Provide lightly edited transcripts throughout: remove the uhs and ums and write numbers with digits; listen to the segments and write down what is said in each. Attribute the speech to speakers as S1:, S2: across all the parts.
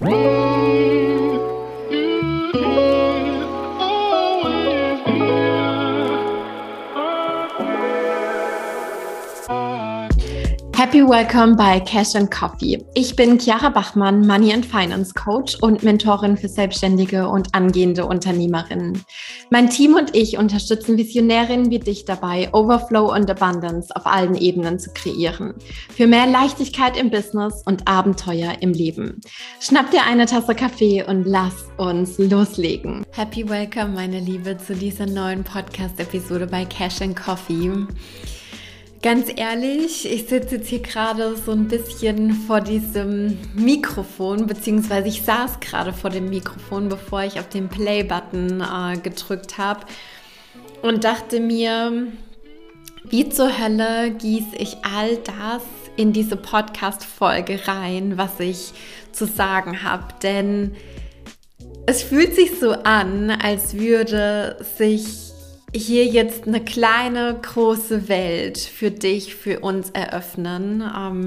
S1: Happy Welcome bei Cash and Coffee. Ich bin Chiara Bachmann, Money and Finance Coach und Mentorin für Selbstständige und angehende Unternehmerinnen. Mein Team und ich unterstützen Visionärinnen wie dich dabei, Overflow und Abundance auf allen Ebenen zu kreieren. Für mehr Leichtigkeit im Business und Abenteuer im Leben. Schnapp dir eine Tasse Kaffee und lass uns loslegen. Happy Welcome, meine Liebe, zu dieser neuen Podcast-Episode bei Cash and Coffee. Ganz ehrlich, ich sitze jetzt hier gerade so ein bisschen vor diesem Mikrofon, beziehungsweise ich saß gerade vor dem Mikrofon, bevor ich auf den Play-Button gedrückt habe und dachte mir, wie zur Hölle gieße ich all das in diese Podcast-Folge rein, was ich zu sagen habe, denn es fühlt sich so an, als würde sich hier jetzt eine kleine, große Welt für dich, für uns eröffnen.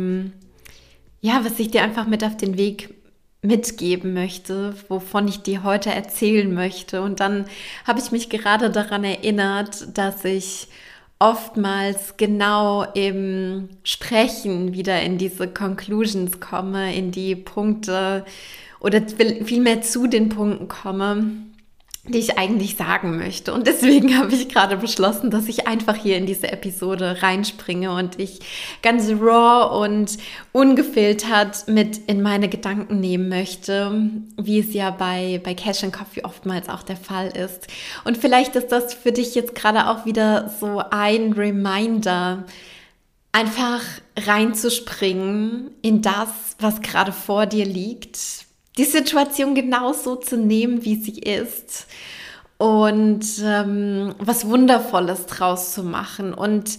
S1: Was ich dir einfach mit auf den Weg mitgeben möchte, wovon ich dir heute erzählen möchte. Und dann habe ich mich gerade daran erinnert, dass ich oftmals genau im Sprechen wieder in diese Conclusions komme, in die Punkte oder vielmehr zu den Punkten komme, die ich eigentlich sagen möchte. Und deswegen habe ich gerade beschlossen, dass ich einfach hier in diese Episode reinspringe und ich ganz raw und ungefiltert mit in meine Gedanken nehmen möchte, wie es ja bei Cash and Coffee oftmals auch der Fall ist. Und vielleicht ist das für dich jetzt gerade auch wieder so ein Reminder, einfach reinzuspringen in das, was gerade vor dir liegt, die Situation genauso zu nehmen, wie sie ist und was Wundervolles draus zu machen und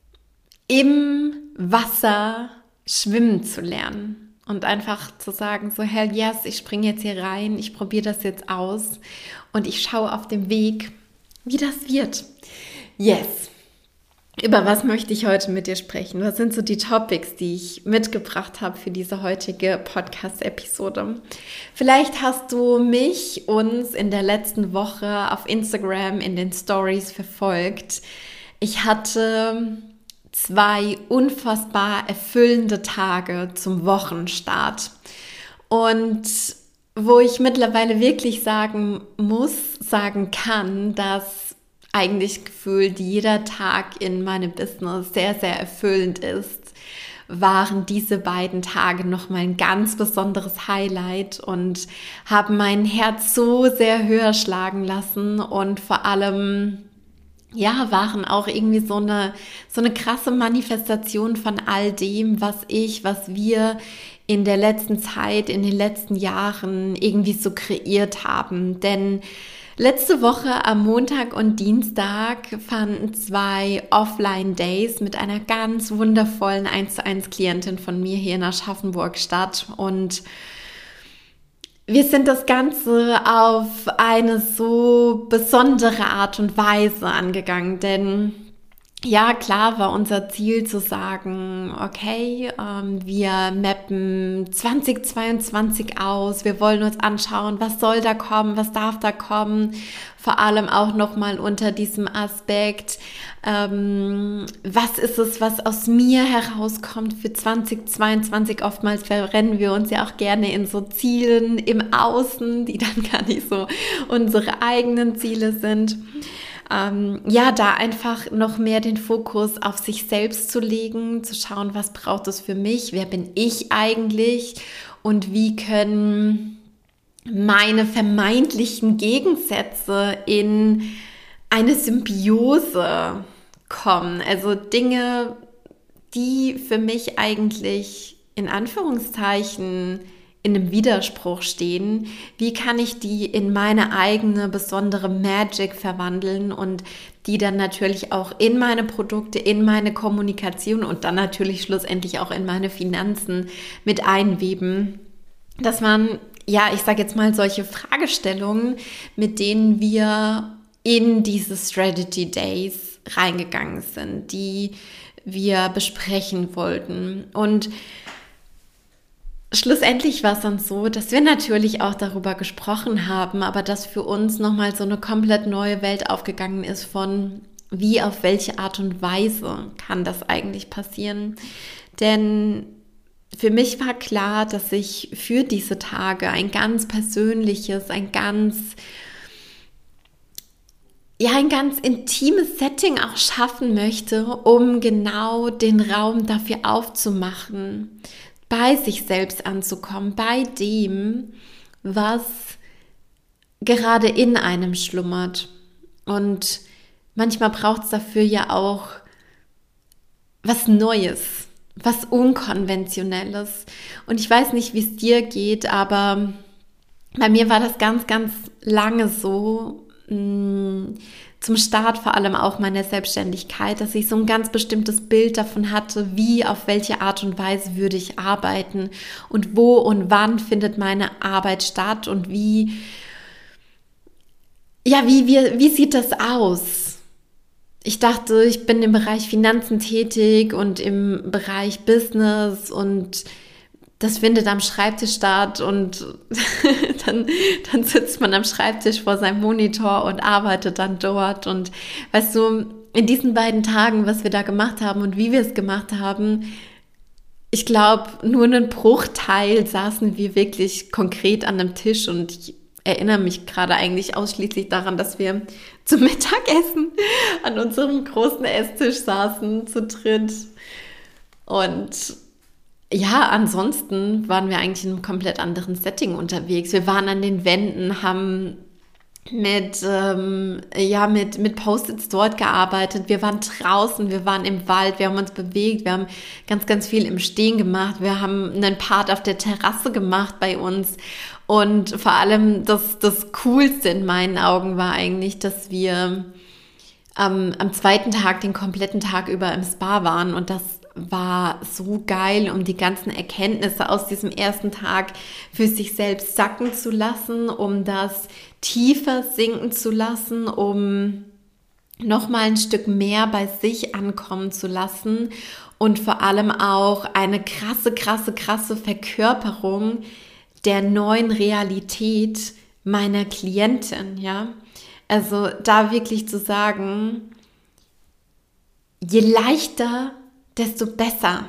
S1: im Wasser schwimmen zu lernen und einfach zu sagen, so hell yes, ich springe jetzt hier rein, ich probiere das jetzt aus und ich schaue auf dem Weg, wie das wird. Yes. Über was möchte ich heute mit dir sprechen? Was sind so die Topics, die ich mitgebracht habe für diese heutige Podcast-Episode? Vielleicht hast du uns in der letzten Woche auf Instagram in den Stories verfolgt. Ich hatte 2 unfassbar erfüllende Tage zum Wochenstart. Und wo ich mittlerweile wirklich sagen kann, dass eigentlich gefühlt jeder Tag in meinem Business sehr, sehr erfüllend ist, waren diese beiden Tage nochmal ein ganz besonderes Highlight und haben mein Herz so sehr höher schlagen lassen und vor allem waren auch irgendwie so eine krasse Manifestation von all dem, was wir in der letzten Zeit, in den letzten Jahren irgendwie so kreiert haben. Denn letzte Woche am Montag und Dienstag fanden 2 Offline-Days mit einer ganz wundervollen 1:1 Klientin von mir hier in Aschaffenburg statt. Und wir sind das Ganze auf eine so besondere Art und Weise angegangen, denn ja, klar war unser Ziel zu sagen, okay, wir mappen 2022 aus, wir wollen uns anschauen, was soll da kommen, was darf da kommen, vor allem auch nochmal unter diesem Aspekt, was ist es, was aus mir herauskommt für 2022, oftmals verrennen wir uns ja auch gerne in so Zielen im Außen, die dann gar nicht so unsere eigenen Ziele sind. Da einfach noch mehr den Fokus auf sich selbst zu legen, zu schauen, was braucht es für mich, wer bin ich eigentlich und wie können meine vermeintlichen Gegensätze in eine Symbiose kommen. Also Dinge, die für mich eigentlich in Anführungszeichen in einem Widerspruch stehen, wie kann ich die in meine eigene besondere Magic verwandeln und die dann natürlich auch in meine Produkte, in meine Kommunikation und dann natürlich schlussendlich auch in meine Finanzen mit einweben. Das waren, ich sage jetzt mal solche Fragestellungen, mit denen wir in diese Strategy Days reingegangen sind, die wir besprechen wollten. Und schlussendlich war es dann so, dass wir natürlich auch darüber gesprochen haben, aber dass für uns nochmal so eine komplett neue Welt aufgegangen ist von wie, auf welche Art und Weise kann das eigentlich passieren. Denn für mich war klar, dass ich für diese Tage ein ganz persönliches, ein ganz intimes Setting auch schaffen möchte, um genau den Raum dafür aufzumachen, bei sich selbst anzukommen, bei dem, was gerade in einem schlummert. Und manchmal braucht es dafür ja auch was Neues, was Unkonventionelles. Und ich weiß nicht, wie es dir geht, aber bei mir war das ganz, ganz lange so, zum Start vor allem auch meiner Selbstständigkeit, dass ich so ein ganz bestimmtes Bild davon hatte, wie, auf welche Art und Weise würde ich arbeiten und wo und wann findet meine Arbeit statt und wie sieht das aus? Ich dachte, ich bin im Bereich Finanzen tätig und im Bereich Business und das findet am Schreibtisch statt und dann sitzt man am Schreibtisch vor seinem Monitor und arbeitet dann dort. Und weißt du, in diesen beiden Tagen, was wir da gemacht haben und wie wir es gemacht haben, ich glaube, nur einen Bruchteil saßen wir wirklich konkret an einem Tisch und ich erinnere mich gerade eigentlich ausschließlich daran, dass wir zum Mittagessen an unserem großen Esstisch saßen, zu dritt. Und ja, ansonsten waren wir eigentlich in einem komplett anderen Setting unterwegs. Wir waren an den Wänden, haben mit Post-its dort gearbeitet. Wir waren draußen, wir waren im Wald, wir haben uns bewegt, wir haben ganz, ganz viel im Stehen gemacht. Wir haben einen Part auf der Terrasse gemacht bei uns. Und vor allem das Coolste in meinen Augen war eigentlich, dass wir am zweiten Tag, den kompletten Tag über im Spa waren und das war so geil, um die ganzen Erkenntnisse aus diesem ersten Tag für sich selbst sacken zu lassen, um das tiefer sinken zu lassen, um nochmal ein Stück mehr bei sich ankommen zu lassen und vor allem auch eine krasse Verkörperung der neuen Realität meiner Klientin, ja. Also da wirklich zu sagen, je leichter, desto besser.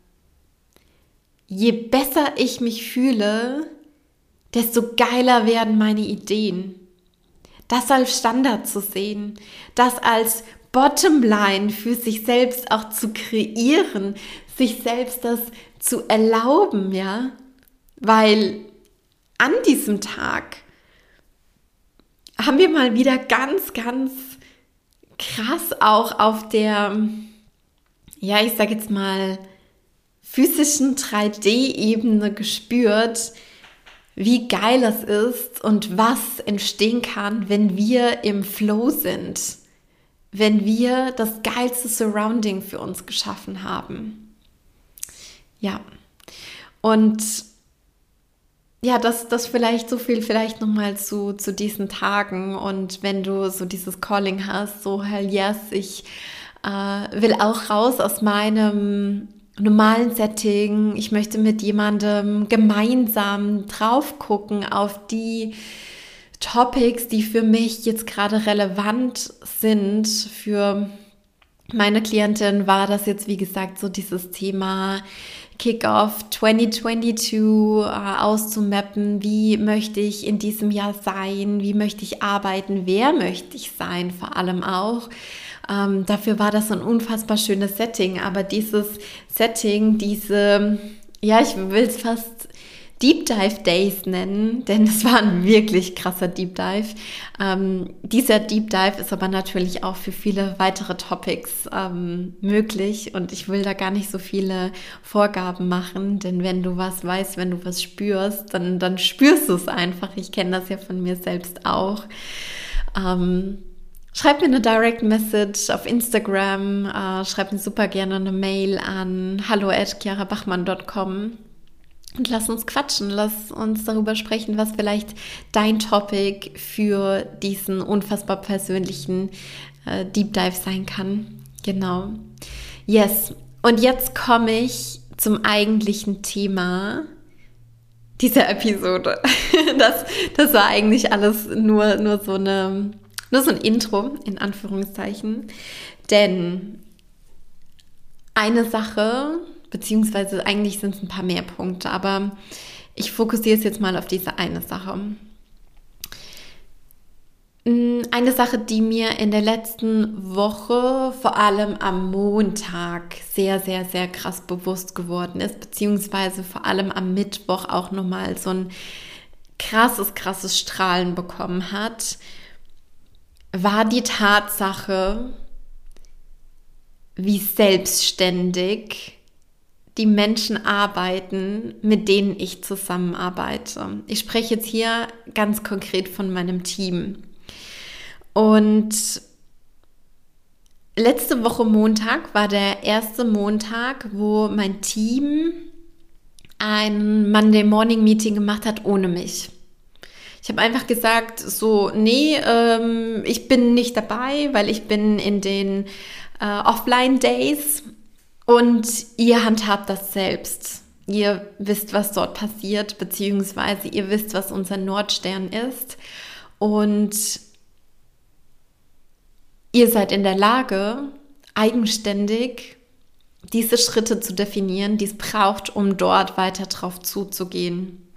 S1: Je besser ich mich fühle, desto geiler werden meine Ideen. Das als Standard zu sehen, das als Bottomline für sich selbst auch zu kreieren, sich selbst das zu erlauben, ja, weil an diesem Tag haben wir mal wieder ganz, ganz krass auch auf der, ja, ich sage jetzt mal, physischen 3D-Ebene gespürt, wie geil es ist und was entstehen kann, wenn wir im Flow sind, wenn wir das geilste Surrounding für uns geschaffen haben. Ja, und ja, das vielleicht so viel vielleicht nochmal zu diesen Tagen und wenn du so dieses Calling hast, so hell yes, ich will auch raus aus meinem normalen Setting, ich möchte mit jemandem gemeinsam drauf gucken auf die Topics, die für mich jetzt gerade relevant sind. Für meine Klientin war das jetzt, wie gesagt, so dieses Thema Kickoff 2022 auszumappen. Wie möchte ich in diesem Jahr sein? Wie möchte ich arbeiten? Wer möchte ich sein? Vor allem auch. Dafür war das ein unfassbar schönes Setting. Aber dieses Setting, ich will es fast Deep Dive Days nennen, denn es war ein wirklich krasser Deep Dive. Dieser Deep Dive ist aber natürlich auch für viele weitere Topics möglich und ich will da gar nicht so viele Vorgaben machen, denn wenn du was weißt, wenn du was spürst, dann spürst du es einfach. Ich kenne das ja von mir selbst auch. Schreib mir eine Direct Message auf Instagram, schreib mir super gerne eine Mail an hallo@chiarabachmann.com. Und lass uns quatschen, lass uns darüber sprechen, was vielleicht dein Topic für diesen unfassbar persönlichen Deep Dive sein kann. Genau. Yes. Und jetzt komme ich zum eigentlichen Thema, dieser Episode. Das war eigentlich alles nur so ein Intro, in Anführungszeichen. Denn eine Sache, beziehungsweise eigentlich sind es ein paar mehr Punkte, aber ich fokussiere es jetzt mal auf diese eine Sache. Eine Sache, die mir in der letzten Woche, vor allem am Montag, sehr, sehr, sehr krass bewusst geworden ist, beziehungsweise vor allem am Mittwoch auch nochmal so ein krasses Strahlen bekommen hat, war die Tatsache, wie selbstständig die Menschen arbeiten, mit denen ich zusammenarbeite. Ich spreche jetzt hier ganz konkret von meinem Team. Und letzte Woche Montag war der erste Montag, wo mein Team ein Monday Morning Meeting gemacht hat ohne mich. Ich habe einfach gesagt, so, nee, ich bin nicht dabei, weil ich bin in den Offline Days und ihr handhabt das selbst. Ihr wisst, was dort passiert, beziehungsweise ihr wisst, was unser Nordstern ist. Und ihr seid in der Lage, eigenständig diese Schritte zu definieren, die es braucht, um dort weiter drauf zuzugehen.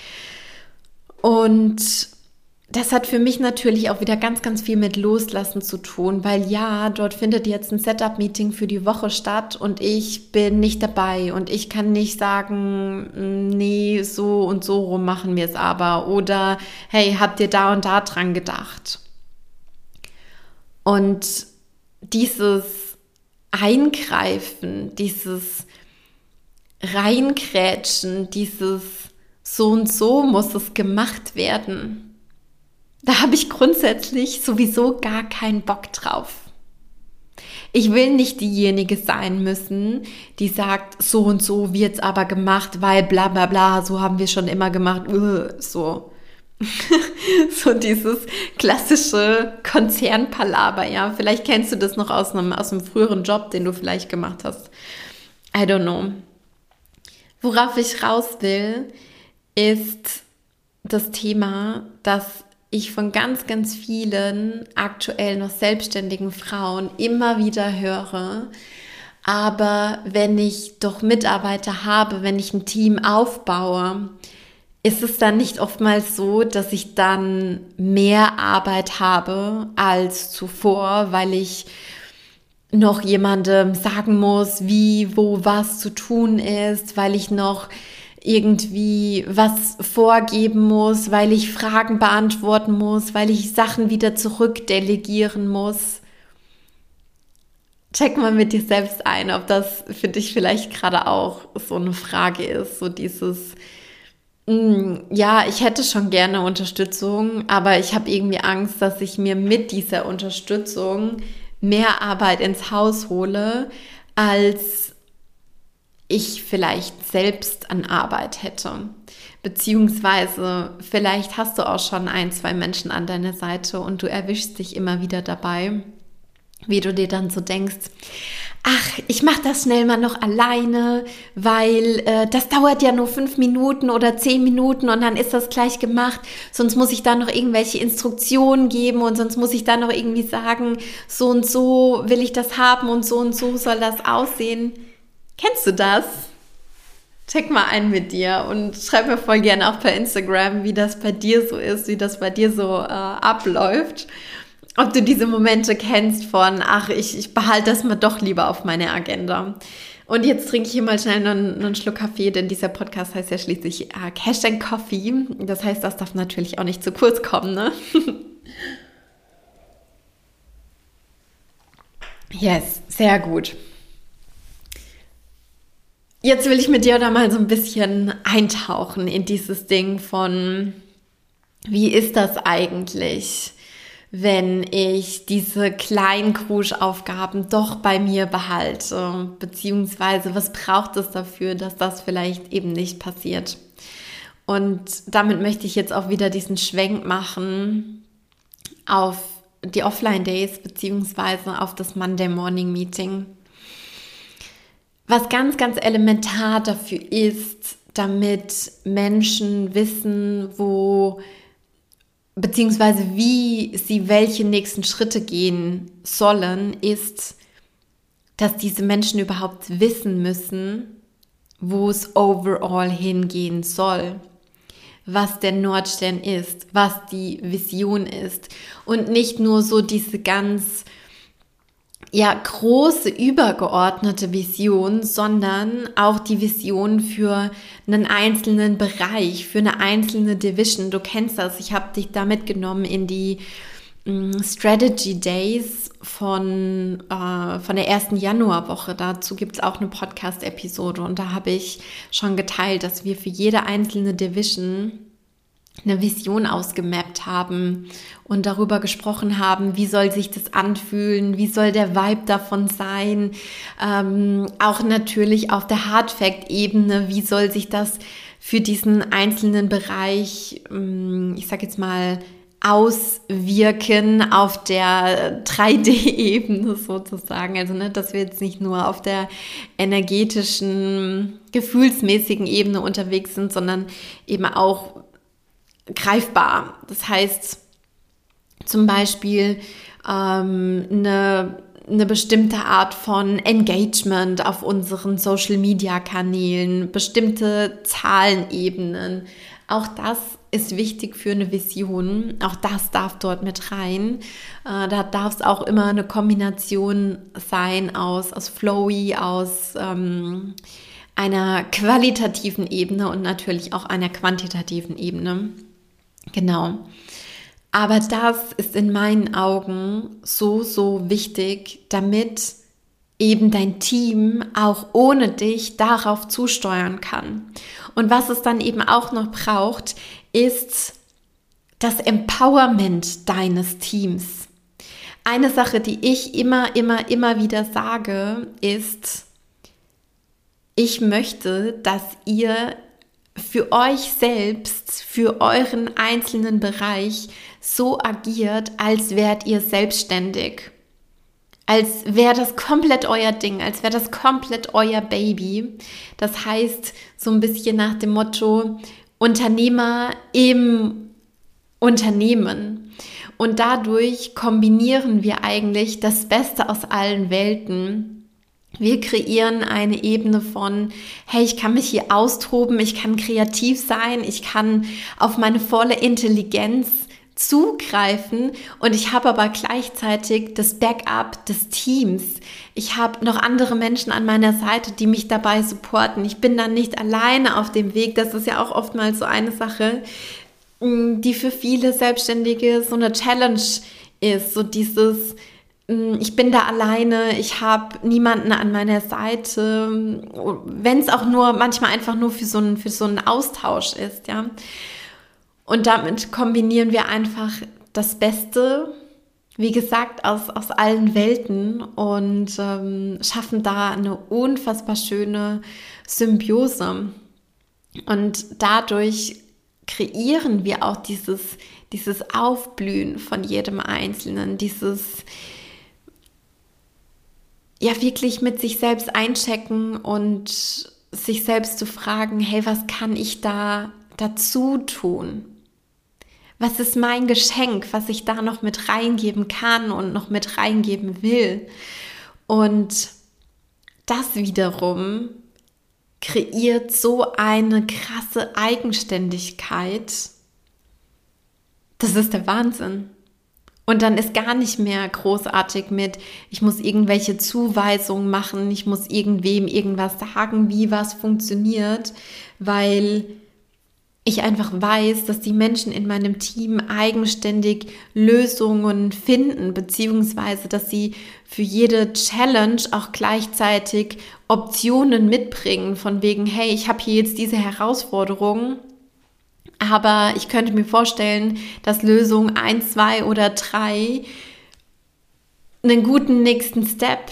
S1: Und das hat für mich natürlich auch wieder ganz viel mit Loslassen zu tun, weil ja, dort findet jetzt ein Setup-Meeting für die Woche statt und ich bin nicht dabei und ich kann nicht sagen, nee, so und so rum machen wir es aber oder hey, habt ihr da und da dran gedacht? Und dieses Eingreifen, dieses Reingrätschen, dieses so und so muss es gemacht werden, da habe ich grundsätzlich sowieso gar keinen Bock drauf. Ich will nicht diejenige sein müssen, die sagt, so und so wird's aber gemacht, weil bla bla bla, so haben wir schon immer gemacht, so. So dieses klassische Konzernpalaver, ja. Vielleicht kennst du das noch aus einem früheren Job, den du vielleicht gemacht hast. I don't know. Worauf ich raus will, ist das Thema, dass ich von ganz vielen aktuell noch selbstständigen Frauen immer wieder höre, aber wenn ich doch Mitarbeiter habe, wenn ich ein Team aufbaue, ist es dann nicht oftmals so, dass ich dann mehr Arbeit habe als zuvor, weil ich noch jemandem sagen muss, wie, wo, was zu tun ist, weil ich noch irgendwie was vorgeben muss, weil ich Fragen beantworten muss, weil ich Sachen wieder zurückdelegieren muss. Check mal mit dir selbst ein, ob das für dich vielleicht gerade auch so eine Frage ist, so dieses ja, ich hätte schon gerne Unterstützung, aber ich habe irgendwie Angst, dass ich mir mit dieser Unterstützung mehr Arbeit ins Haus hole, als ich vielleicht selbst an Arbeit hätte. Beziehungsweise vielleicht hast du auch schon 1-2 Menschen an deiner Seite und du erwischst dich immer wieder dabei, wie du dir dann so denkst, ach, ich mache das schnell mal noch alleine, weil das dauert ja nur 5 Minuten oder 10 Minuten und dann ist das gleich gemacht. Sonst muss ich da noch irgendwelche Instruktionen geben und sonst muss ich da noch irgendwie sagen, so und so will ich das haben und so soll das aussehen. Kennst du das? Check mal ein mit dir und schreib mir voll gerne auch per Instagram, wie das bei dir so ist, wie das bei dir so abläuft. Ob du diese Momente kennst von, ach, ich behalte das mal doch lieber auf meine Agenda. Und jetzt trinke ich hier mal schnell einen Schluck Kaffee, denn dieser Podcast heißt ja schließlich #Coffee. Das heißt, das darf natürlich auch nicht zu kurz kommen, ne? Yes, sehr gut. Jetzt will ich mit dir da mal so ein bisschen eintauchen in dieses Ding von, wie ist das eigentlich, wenn ich diese kleinen Krusch-Aufgaben doch bei mir behalte? Beziehungsweise, was braucht es dafür, dass das vielleicht eben nicht passiert? Und damit möchte ich jetzt auch wieder diesen Schwenk machen auf die Offline-Days beziehungsweise auf das Monday Morning Meeting. Was ganz elementar dafür ist, damit Menschen wissen, beziehungsweise wie sie welche nächsten Schritte gehen sollen, ist, dass diese Menschen überhaupt wissen müssen, wo es overall hingehen soll, was der Nordstern ist, was die Vision ist und nicht nur so diese ganz große übergeordnete Vision, sondern auch die Vision für einen einzelnen Bereich, für eine einzelne Division. Du kennst das, ich habe dich da mitgenommen in die Strategy Days von der ersten Januarwoche. Dazu gibt es auch eine Podcast-Episode und da habe ich schon geteilt, dass wir für jede einzelne Division eine Vision ausgemappt haben und darüber gesprochen haben, wie soll sich das anfühlen, wie soll der Vibe davon sein, auch natürlich auf der Hard-Fact-Ebene, wie soll sich das für diesen einzelnen Bereich, ich sage jetzt mal, auswirken auf der 3D-Ebene sozusagen. Also dass wir jetzt nicht nur auf der energetischen, gefühlsmäßigen Ebene unterwegs sind, sondern eben auch greifbar. Das heißt zum Beispiel eine bestimmte Art von Engagement auf unseren Social-Media-Kanälen, bestimmte Zahlenebenen. Auch das ist wichtig für eine Vision. Auch das darf dort mit rein. Da darf es auch immer eine Kombination sein aus Flowy, aus einer qualitativen Ebene und natürlich auch einer quantitativen Ebene. Genau. Aber das ist in meinen Augen so, so wichtig, damit eben dein Team auch ohne dich darauf zusteuern kann. Und was es dann eben auch noch braucht, ist das Empowerment deines Teams. Eine Sache, die ich immer wieder sage, ist, ich möchte, dass ihr für euch selbst, für euren einzelnen Bereich so agiert, als wärt ihr selbstständig. Als wäre das komplett euer Ding, als wäre das komplett euer Baby. Das heißt, so ein bisschen nach dem Motto, Unternehmer im Unternehmen. Und dadurch kombinieren wir eigentlich das Beste aus allen Welten. Wir kreieren eine Ebene von, hey, ich kann mich hier austoben, ich kann kreativ sein, ich kann auf meine volle Intelligenz zugreifen und ich habe aber gleichzeitig das Backup des Teams. Ich habe noch andere Menschen an meiner Seite, die mich dabei supporten. Ich bin dann nicht alleine auf dem Weg. Das ist ja auch oftmals so eine Sache, die für viele Selbstständige so eine Challenge ist. So dieses, ich bin da alleine, ich habe niemanden an meiner Seite, wenn es auch nur manchmal einfach nur für so einen Austausch ist, ja. Und damit kombinieren wir einfach das Beste, wie gesagt, aus allen Welten und schaffen da eine unfassbar schöne Symbiose. Und dadurch kreieren wir auch dieses Aufblühen von jedem Einzelnen, dieses wirklich mit sich selbst einchecken und sich selbst zu fragen, hey, was kann ich da dazu tun? Was ist mein Geschenk, was ich da noch mit reingeben kann und noch mit reingeben will? Und das wiederum kreiert so eine krasse Eigenständigkeit. Das ist der Wahnsinn. Und dann ist gar nicht mehr großartig mit, ich muss irgendwelche Zuweisungen machen, ich muss irgendwem irgendwas sagen, wie was funktioniert, weil ich einfach weiß, dass die Menschen in meinem Team eigenständig Lösungen finden, beziehungsweise dass sie für jede Challenge auch gleichzeitig Optionen mitbringen, von wegen, hey, ich habe hier jetzt diese Herausforderung, aber ich könnte mir vorstellen, dass Lösung 1, 2 oder 3 einen guten nächsten Step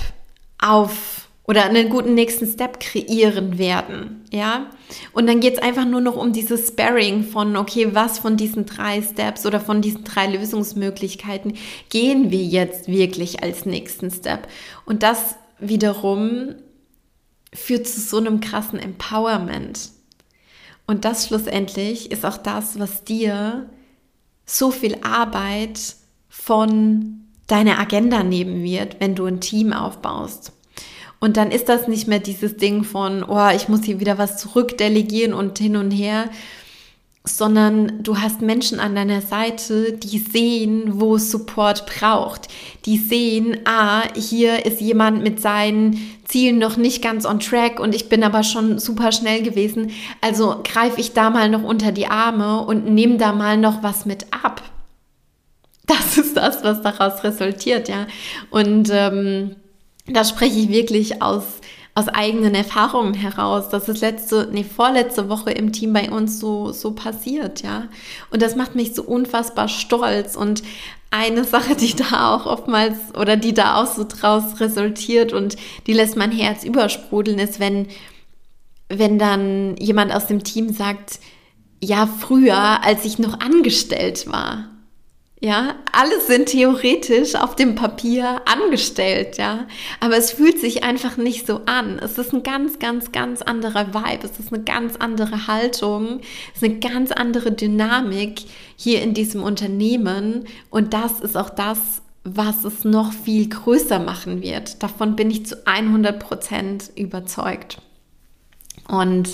S1: kreieren werden, ja. Und dann geht es einfach nur noch um dieses Sparring von, okay, was von diesen 3 Steps oder von diesen 3 Lösungsmöglichkeiten gehen wir jetzt wirklich als nächsten Step? Und das wiederum führt zu so einem krassen Empowerment. Und das schlussendlich ist auch das, was dir so viel Arbeit von deiner Agenda nehmen wird, wenn du ein Team aufbaust. Und dann ist das nicht mehr dieses Ding von, oh, ich muss hier wieder was zurückdelegieren und hin und her, sondern du hast Menschen an deiner Seite, die sehen, wo es Support braucht. Die sehen, hier ist jemand mit seinen Zielen noch nicht ganz on track und ich bin aber schon super schnell gewesen. Also greife ich da mal noch unter die Arme und nehme da mal noch was mit ab. Das ist das, was daraus resultiert, ja. Und da spreche ich wirklich aus eigenen Erfahrungen heraus. Das ist vorletzte Woche im Team bei uns so passiert, ja. Und das macht mich so unfassbar stolz. Und eine Sache, die da auch oftmals oder die da auch so draus resultiert und die lässt mein Herz übersprudeln, ist, wenn dann jemand aus dem Team sagt, ja, früher, als ich noch angestellt war. Ja, alle sind theoretisch auf dem Papier angestellt, ja, aber es fühlt sich einfach nicht so an. Es ist ein ganz, ganz, ganz anderer Vibe, es ist eine ganz andere Haltung, es ist eine ganz andere Dynamik hier in diesem Unternehmen und das ist auch das, was es noch viel größer machen wird. Davon bin ich zu 100% überzeugt. Und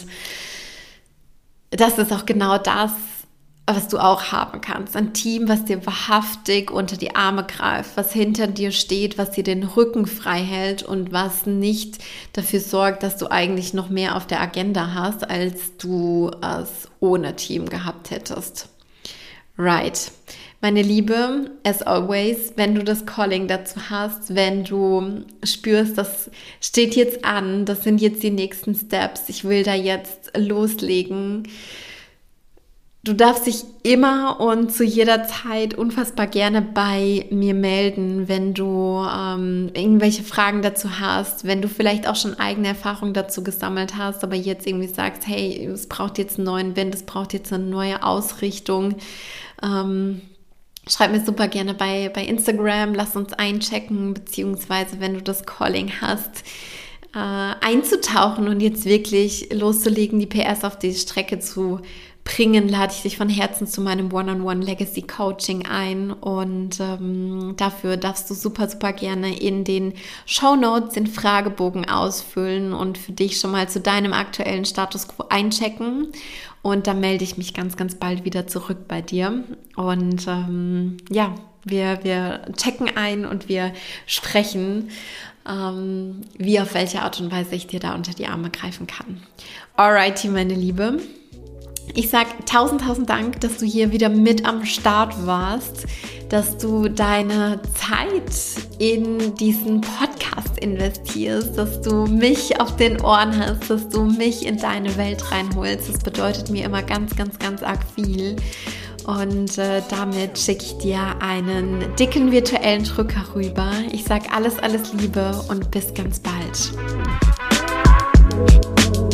S1: das ist auch genau das, was du auch haben kannst. Ein Team, was dir wahrhaftig unter die Arme greift, was hinter dir steht, was dir den Rücken frei hält und was nicht dafür sorgt, dass du eigentlich noch mehr auf der Agenda hast, als du es ohne Team gehabt hättest. Right. Meine Liebe, as always, wenn du das Calling dazu hast, wenn du spürst, das steht jetzt an, das sind jetzt die nächsten Steps, ich will da jetzt loslegen. Du darfst dich immer und zu jeder Zeit unfassbar gerne bei mir melden, wenn du irgendwelche Fragen dazu hast, wenn du vielleicht auch schon eigene Erfahrungen dazu gesammelt hast, aber jetzt irgendwie sagst, hey, es braucht jetzt einen neuen Wind, es braucht jetzt eine neue Ausrichtung. Schreib mir super gerne bei Instagram, lass uns einchecken, beziehungsweise wenn du das Calling hast, einzutauchen und jetzt wirklich loszulegen, die PS auf die Strecke zu bringen, lade ich dich von Herzen zu meinem One-on-One Legacy Coaching ein und dafür darfst du super, super gerne in den Shownotes den Fragebogen ausfüllen und für dich schon mal zu deinem aktuellen Status quo einchecken und dann melde ich mich ganz, ganz bald wieder zurück bei dir und wir checken ein und wir sprechen, wie auf welche Art und Weise ich dir da unter die Arme greifen kann. Alrighty, meine Liebe. Ich sage 1000 Dank, dass du hier wieder mit am Start warst, dass du deine Zeit in diesen Podcast investierst, dass du mich auf den Ohren hast, dass du mich in deine Welt reinholst. Das bedeutet mir immer ganz, ganz, ganz arg viel. Und damit schicke ich dir einen dicken virtuellen Drücker rüber. Ich sage alles, alles Liebe und bis ganz bald.